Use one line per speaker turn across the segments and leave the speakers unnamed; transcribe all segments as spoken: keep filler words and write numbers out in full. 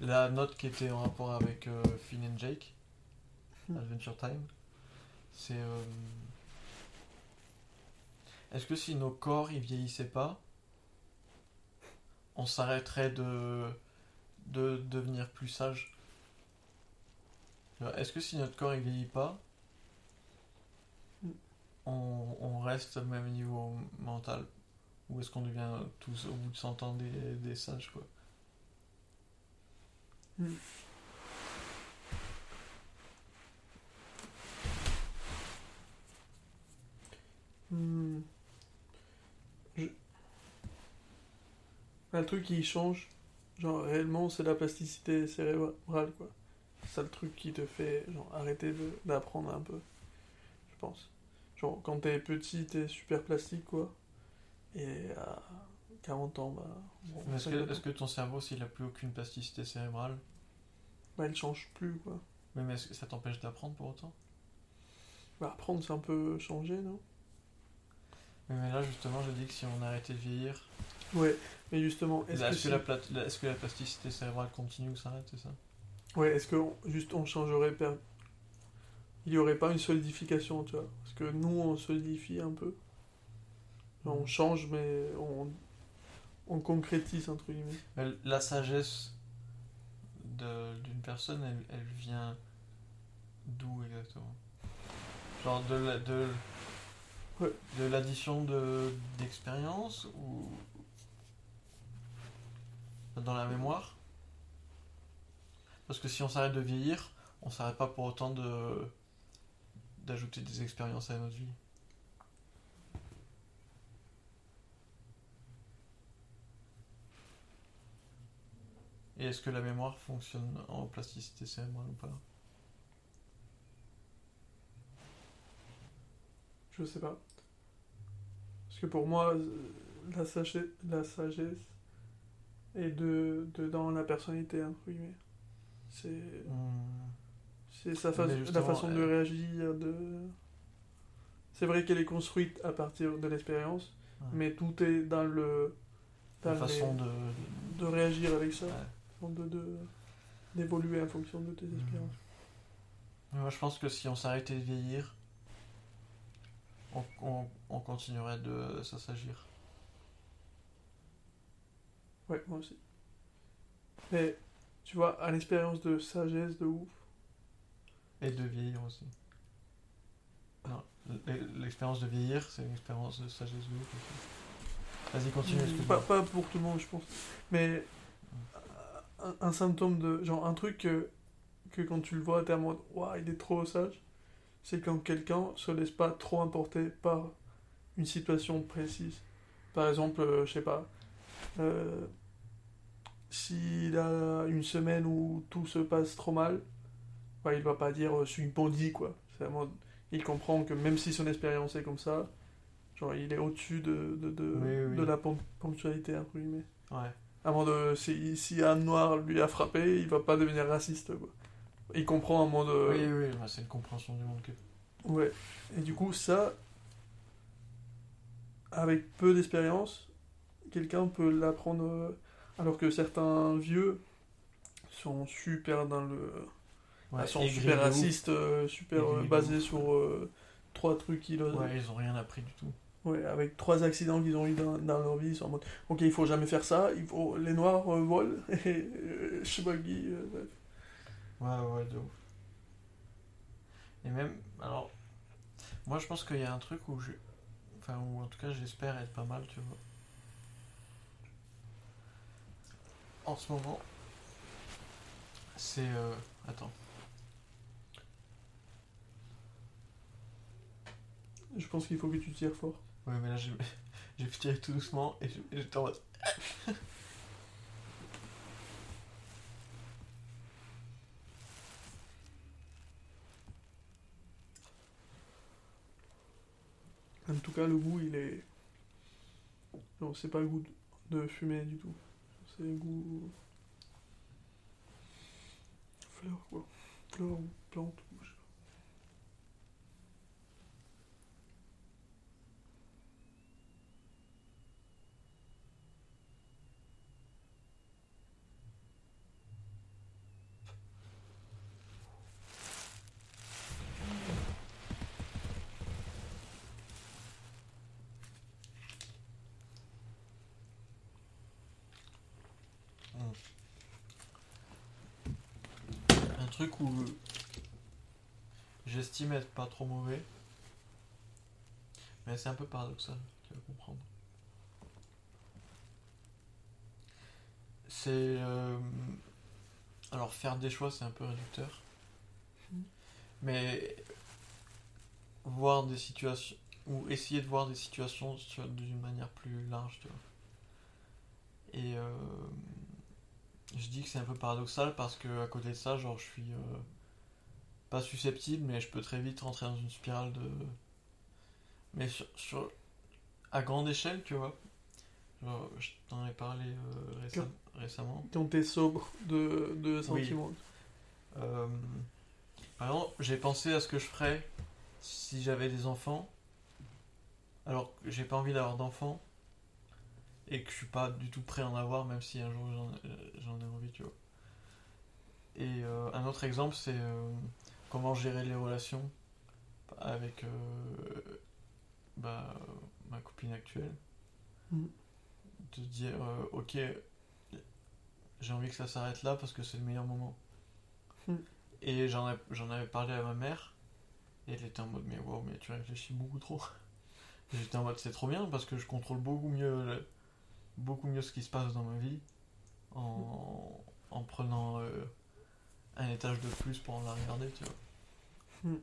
la note qui était en rapport avec euh, Finn and Jake,
Hmm.
Adventure Time, c'est... euh, est-ce que si nos corps ils vieillissaient pas, on s'arrêterait de, de devenir plus sage? Est-ce que si notre corps il vieillit pas,
Hmm.
on, on reste au même niveau mental? Ou est-ce qu'on devient tous au bout de cent ans des, des sages, quoi?
Hmm. Hmm. Je- Un truc qui change, genre réellement, c'est la plasticité cérébrale, quoi. C'est ça le truc qui te fait genre, arrêter de- d'apprendre un peu, je pense. Genre, quand t'es petit, t'es super plastique, quoi. Et à quarante ans, bah, bon,
Mais Est-ce que,
cinquante
est-ce
ans,
que ton cerveau, s'il a plus aucune plasticité cérébrale,
bah, il change plus, quoi.
oui, mais est-ce que ça t'empêche d'apprendre pour autant?
Bah, apprendre, c'est un peu changé, non?
Oui, mais là, justement, je dis que si on arrêtait de vieillir,
Ouais, mais justement, est-ce
là,
que
est-ce que,
si...
la plat- la- est-ce que la plasticité cérébrale continue ou s'arrête, c'est ça?
Ouais, est-ce que on- juste on changerait... per- Il y aurait pas une solidification, tu vois? Parce que nous, on solidifie un peu. Genre, on
Hmm.
change, mais on, on concrétise, entre guillemets.
Mais la sagesse de- d'une personne, elle, elle vient d'où exactement? Genre de la- de,
Ouais.
de l'addition de, d'expérience ou dans la mémoire? Parce que si on s'arrête de vieillir, on s'arrête pas pour autant de d'ajouter des expériences à notre vie. Et est-ce que la mémoire fonctionne en plasticité cérébrale ou pas?
Je sais pas. Parce que pour moi, euh, la sagesse, la sagesse est de, de dans la personnalité, entre guillemets. C'est,
Hmm.
c'est sa fa-
Mais
la
justement,
façon de
euh,
réagir, de... C'est vrai qu'elle est construite à partir de l'expérience,
ouais.
mais tout est dans le... Dans
La façon
les-
de...
de réagir avec ça,
Ouais.
de, de- d'évoluer en fonction de tes
Hmm.
expériences.
Mais moi je pense que si on s'arrêtait de vieillir, on, on, on continuerait de s'assagir.
Ouais, moi aussi. Mais, tu vois, à l'expérience de sagesse de ouf,
Et de vieillir aussi. Non, l- l'expérience de vieillir, c'est une expérience de sagesse de ouf aussi. Vas-y, continue,
pas,
excuse-moi.
pas pour tout le monde, je pense, mais un, un symptôme de... Genre, un truc que, que quand tu le vois, t'es en mode, waouh, il est trop sage, c'est quand quelqu'un se laisse pas trop emporter par une situation précise. Par exemple, euh, je sais pas, euh, s'il a une semaine où tout se passe trop mal, bah, il va pas dire euh, je suis une bandit, quoi. C'est vraiment- il comprend que même si son expérience est comme ça, genre il est au-dessus de, de, de,
Oui, oui,
de
oui.
la pon- ponctualité, entre guillemets.
Ouais.
Avant de, si, si un noir lui a frappé, il va pas devenir raciste, quoi. Il comprend un mode.
Oui,
euh,
oui, oui, bah, c'est une compréhension du monde que...
Ouais. Et du coup, ça, avec peu d'expérience, quelqu'un peut l'apprendre. euh, Alors que certains vieux sont super dans le.
Ouais,
Ah, sont
aigri
super
de ouf.
racistes, euh, super euh,
Aigri de
basés
ouf.
sur euh, trois trucs qu'ils. euh,
Ouais, ils ont rien appris du tout.
Ouais, avec trois accidents qu'ils ont eu dans, dans leur vie, ils sont en mode ok, il faut jamais faire ça, il faut, les noirs euh, volent, et euh, je sais pas qui. euh, bref.
Ouais, ouais, de ouf. Et même, alors, moi je pense qu'il y a un truc où je... Enfin, ou en tout cas j'espère être pas mal, tu vois. En ce moment, c'est... euh, Attends.
Je pense qu'il faut que tu tires fort.
Ouais, mais là j'ai j'ai tiré tout doucement et je- et j'étais en mode...
En tout cas, le goût, il est. Non, c'est pas le goût de de fumer du tout. C'est le goût. Fleur, quoi. Fleur ou plante, ou je sais pas.
truc où j'estime être pas trop mauvais. Mais c'est un peu paradoxal, tu vas comprendre. C'est... euh, Alors faire des choix, c'est un peu réducteur.
Mhm.
Mais voir des situations... Ou essayer de voir des situations sur- d'une manière plus large, tu vois. Et euh, je dis que c'est un peu paradoxal parce que à côté de ça, genre je suis euh, pas susceptible, mais je peux très vite rentrer dans une spirale de... Mais sur, sur- à grande échelle, tu vois. Genre, je t'en ai parlé euh, récem- récemment.
Quand t'es sobre de, de
Oui.
sentiments.
Euh, Par exemple, j'ai pensé à ce que je ferais si j'avais des enfants, alors que j'ai pas envie d'avoir d'enfants et que je suis pas du tout prêt à en avoir, même si un jour j'en euh, j'en ai envie, tu vois. Et euh, un autre exemple, c'est euh, comment gérer les relations avec euh, bah, ma copine actuelle.
Mhm.
De dire, euh, ok, j'ai envie que ça s'arrête là parce que c'est le meilleur moment.
Mhm.
Et j'en ai- j'en avais parlé à ma mère, et elle était en mode, mais wow, mais tu réfléchis beaucoup trop. Et j'étais en mode, c'est trop bien parce que je contrôle beaucoup mieux, le- beaucoup mieux ce qui se passe dans ma vie en, en prenant euh, un étage de plus pour la regarder, tu vois.
Mhm.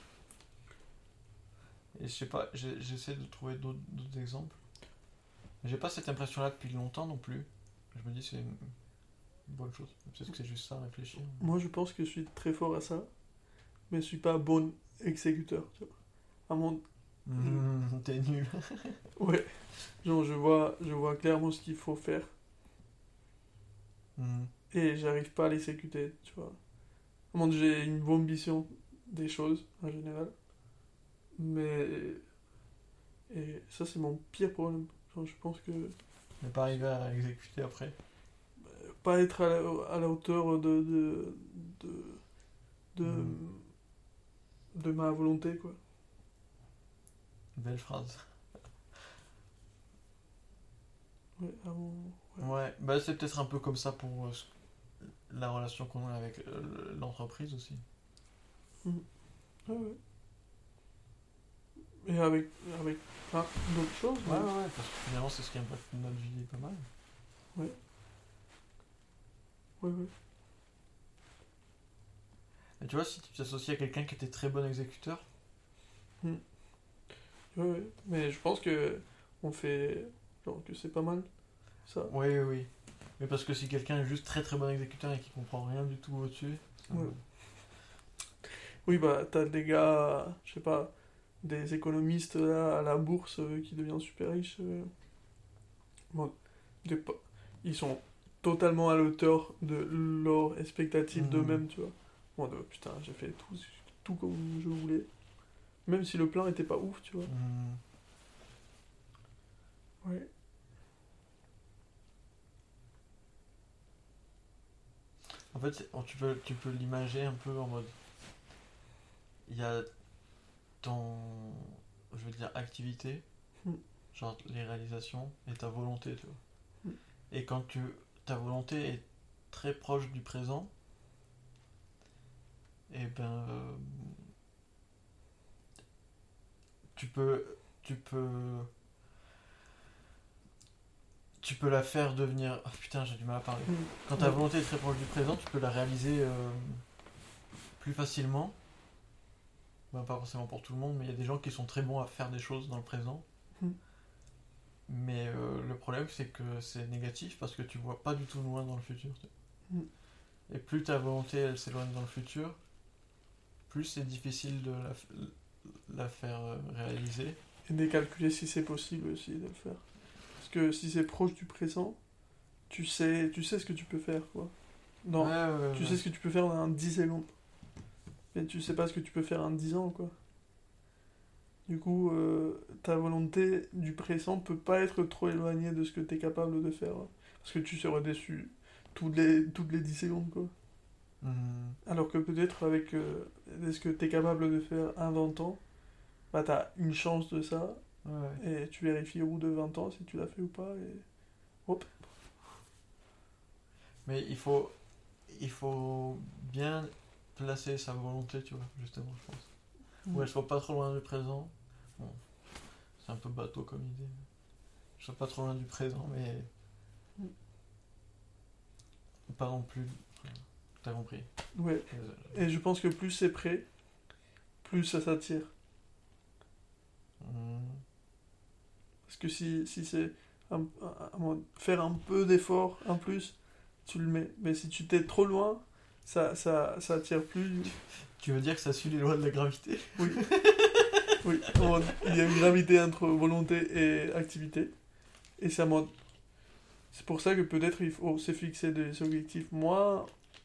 Et je sais pas, j'ai- j'essaie de trouver d'autres d'autres exemples. Mais j'ai pas cette impression-là depuis longtemps non plus. Je me dis, c'est une bonne chose. Peut-être que c'est juste ça, réfléchir.
Moi, je pense que je suis très fort à ça, mais je suis pas bon exécuteur. Tu vois. À mon...
Mmh, t'es nul.
Ouais, genre je vois, je vois clairement ce qu'il faut faire
Mmh.
et j'arrive pas à l'exécuter, tu vois. À mon j'ai une bonne vision des choses en général, mais et ça c'est mon pire problème. Genre, je pense que
Mais pas arriver à exécuter après.
pas être à la, à la hauteur de de de, de,
Mm.
de ma volonté quoi.
Belle phrase.
Ouais, à mon- ouais.
Ouais, bah c'est peut-être un peu comme ça pour euh, ce- la relation qu'on a avec euh, l'entreprise aussi.
Mhm. Ouais, ouais. Et avec avec plein d'autres choses.
Ouais,
mais-
ouais, ouais, parce que finalement c'est ce qui impacte notre vie pas mal.
Ouais, ouais, ouais.
Et tu vois, si tu t'associes à quelqu'un qui était très bon exécuteur,
Hmm. Ouais, ouais. Mais je pense que on fait genre que c'est pas mal ça.
oui, oui, oui. Mais parce que si quelqu'un est juste très très bon exécuteur et qui comprend rien du tout au-dessus, ça me-
Ouais. Oui, bah t'as des gars, je sais pas, des économistes là à la bourse euh, qui deviennent super riches. euh. Bon, des po- ils sont totalement à l'auteur de leurs expectatives
Mhm.
d'eux-mêmes, tu vois. Bon, de, putain, j'ai fait tout, tout comme je voulais. Même si le plan était pas ouf, tu vois.
Mhm.
Ouais.
En fait, c'est- tu peux, tu peux l'imaginer un peu en mode. Il y a ton, je veux dire, activité,
Hmm.
genre les réalisations, et ta volonté, tu vois.
Hmm.
Et quand tu, ta volonté est très proche du présent, et ben, euh, tu peux, tu peux, tu peux la faire devenir. Ah, putain, j'ai du mal à parler.
Hmm.
Quand ta
Ouais.
volonté est très proche du présent, tu peux la réaliser euh, plus facilement. Ben, pas forcément pour tout le monde, mais il y a des gens qui sont très bons à faire des choses dans le présent.
Hmm.
Mais euh, le problème, c'est que c'est négatif parce que tu vois pas du tout loin dans le futur. tu vois.
Mm.
Et plus ta volonté elle s'éloigne dans le futur, plus c'est difficile de la, f- la faire euh, réaliser.
Et de calculer si c'est possible aussi de le faire. Parce que si c'est proche du présent, tu sais, tu sais ce que tu peux faire, quoi. Non,
Ouais, ouais, ouais,
tu
ouais.
sais ce que tu peux faire dans dix secondes. Mais tu sais pas ce que tu peux faire en dix ans, quoi. Du coup, euh, ta volonté du présent peut pas être trop éloignée de ce que tu es capable de faire. Parce que tu seras déçu toutes les, toutes les dix secondes, quoi.
Mhm.
Alors que peut-être avec euh, ce que tu es capable de faire en vingt ans, bah t'as une chance de ça,
Ouais, ouais.
et tu vérifies au bout de vingt ans si tu l'as fait ou pas, et hop.
Mais il faut, il faut bien placer sa volonté, tu vois, justement, je pense.
Mm.
Où elle soit pas trop loin du présent. Bon, c'est un peu bateau comme idée. Je sois pas trop loin du présent, mais
Mm.
pas non plus. T'as compris.
Ouais.
Euh,
Et je pense que plus c'est prêt, plus ça s'attire.
hmm,
Parce que si, si c'est un- un- un- faire un peu d'effort en plus, tu le mets. Mais si tu t'es trop loin, ça, ça, ça attire plus.
Tu veux dire que ça suit les lois de la gravité?
Oui. Oui. En mode, il y a une gravité entre volonté et activité. Et c'est en mode- c'est pour ça que peut-être il faut se fixer des objectifs moins,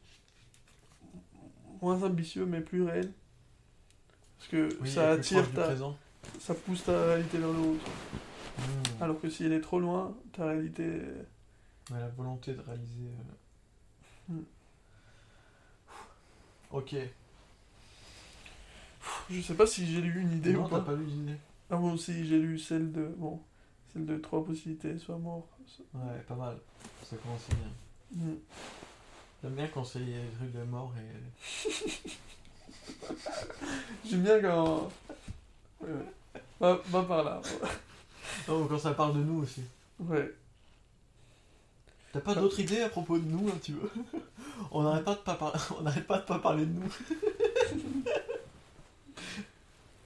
moins ambitieux mais plus réels. Parce que
Oui,
ça
et plus
attire
proche du
ta,
présent.
ça pousse ta réalité vers le haut.
Hmm.
Alors que si elle est trop loin, ta réalité.
Mais la volonté de réaliser. euh,
Hmm.
Ok.
Je sais pas si j'ai lu une idée
Non,
ou
t'as
pas.
pas lu d'idée.
Ah bon, si j'ai lu celle de. Bon, celle de trois possibilités, soit mort.
Ouais, pas mal. Ça commence bien.
Hmm.
J'aime bien quand c'est les trucs de mort et.
J'aime bien quand. Ouais, ouais. Va, va par là.
Non, quand ça parle de nous aussi.
Ouais.
T'as pas d'autres idées à propos de nous un petit peu? On n'arrête pas de pas parler. On n'arrête pas de pas parler de nous.